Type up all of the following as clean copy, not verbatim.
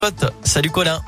Salut Colin.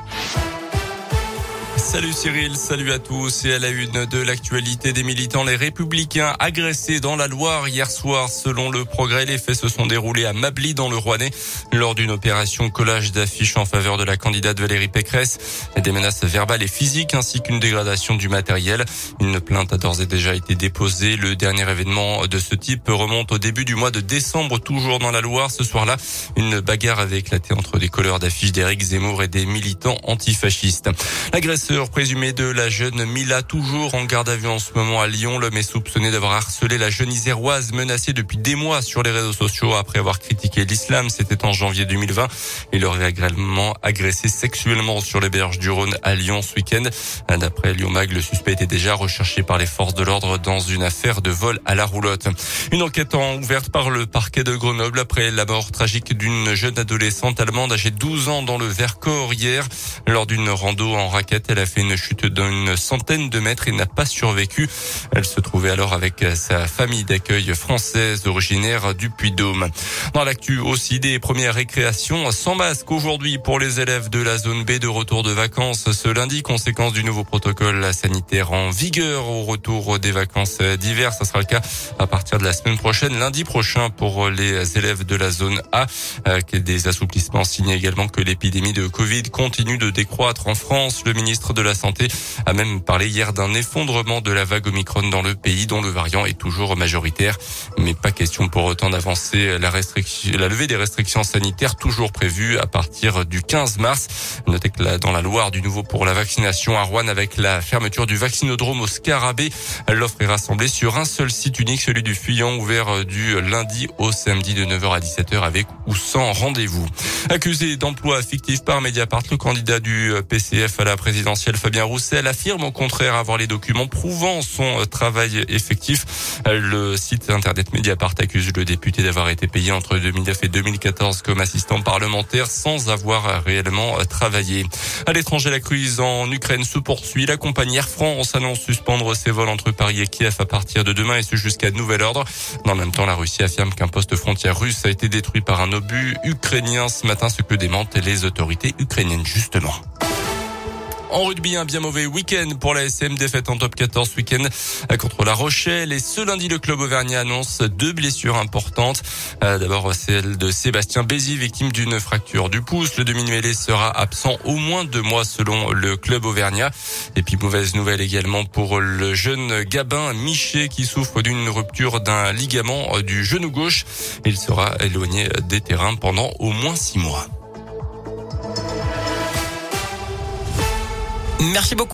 Salut Cyril, salut à tous. Et à la une de l'actualité des militants, les Républicains agressés dans la Loire hier soir. Selon Le Progrès, les faits se sont déroulés à Mably dans le Rouennais lors d'une opération collage d'affiches en faveur de la candidate Valérie Pécresse. Des menaces verbales et physiques ainsi qu'une dégradation du matériel. Une plainte a d'ores et déjà été déposée. Le dernier événement de ce type remonte au début du mois de décembre, toujours dans la Loire. Ce soir-là, une bagarre avait éclaté entre des colleurs d'affiches d'Éric Zemmour et des militants antifascistes. L'agresseur présumé de la jeune Mila, toujours en garde à vue en ce moment à Lyon. L'homme est soupçonné d'avoir harcelé la jeune Iséroise menacée depuis des mois sur les réseaux sociaux après avoir critiqué l'islam. C'était en janvier 2020. Il aurait également agressé sexuellement sur les berges du Rhône à Lyon ce week-end. D'après Lyon Mag, le suspect était déjà recherché par les forces de l'ordre dans une affaire de vol à la roulotte. Une enquête ouverte par le parquet de Grenoble après la mort tragique d'une jeune adolescente allemande âgée de 12 ans dans le Vercors hier. Lors d'une rando en raquette, elle a fait une chute d'une centaine de mètres et n'a pas survécu. Elle se trouvait alors avec sa famille d'accueil française originaire du Puy-de-Dôme. Dans l'actu aussi, des premières récréations sans masque aujourd'hui pour les élèves de la zone B de retour de vacances ce lundi, conséquence du nouveau protocole sanitaire en vigueur au retour des vacances d'hiver. Ça sera le cas à partir de la semaine prochaine, lundi prochain pour les élèves de la zone A. Des assouplissements signent également que l'épidémie de Covid continue de décroître en France. Le ministre de la Santé a même parlé hier d'un effondrement de la vague Omicron dans le pays dont le variant est toujours majoritaire. Mais pas question pour autant d'avancer la levée des restrictions sanitaires toujours prévues à partir du 15 mars. Notez que dans la Loire, du nouveau pour la vaccination à Roanne avec la fermeture du vaccinodrome au Scarabée. L'offre est rassemblée sur un seul site unique, celui du Fuyant, ouvert du lundi au samedi de 9h à 17h avec ou sans rendez-vous. Accusé d'emploi fictif par Mediapart, le candidat du PCF à la présidentielle Fabien Roussel affirme au contraire avoir les documents prouvant son travail effectif. Le site internet Mediapart accuse le député d'avoir été payé entre 2009 et 2014 comme assistant parlementaire sans avoir réellement travaillé. À l'étranger, la crise en Ukraine se poursuit. La compagnie Air France annonce suspendre ses vols entre Paris et Kiev à partir de demain et ce jusqu'à nouvel ordre. Dans le même temps, la Russie affirme qu'un poste frontière russe a été détruit par un obus ukrainien ce matin, ce que démentent les autorités ukrainiennes justement. En rugby, un bien mauvais week-end pour la SM, défaite en top 14 ce week-end contre La Rochelle. Et ce lundi, le club auvergnat annonce 2 blessures importantes. D'abord, celle de Sébastien Bézi, victime d'une fracture du pouce. Le demi-mêlée sera absent au moins 2 mois selon le club auvergnat. Et puis, mauvaise nouvelle également pour le jeune Gabin Miché qui souffre d'une rupture d'un ligament du genou gauche. Il sera éloigné des terrains pendant au moins 6 mois. Merci beaucoup.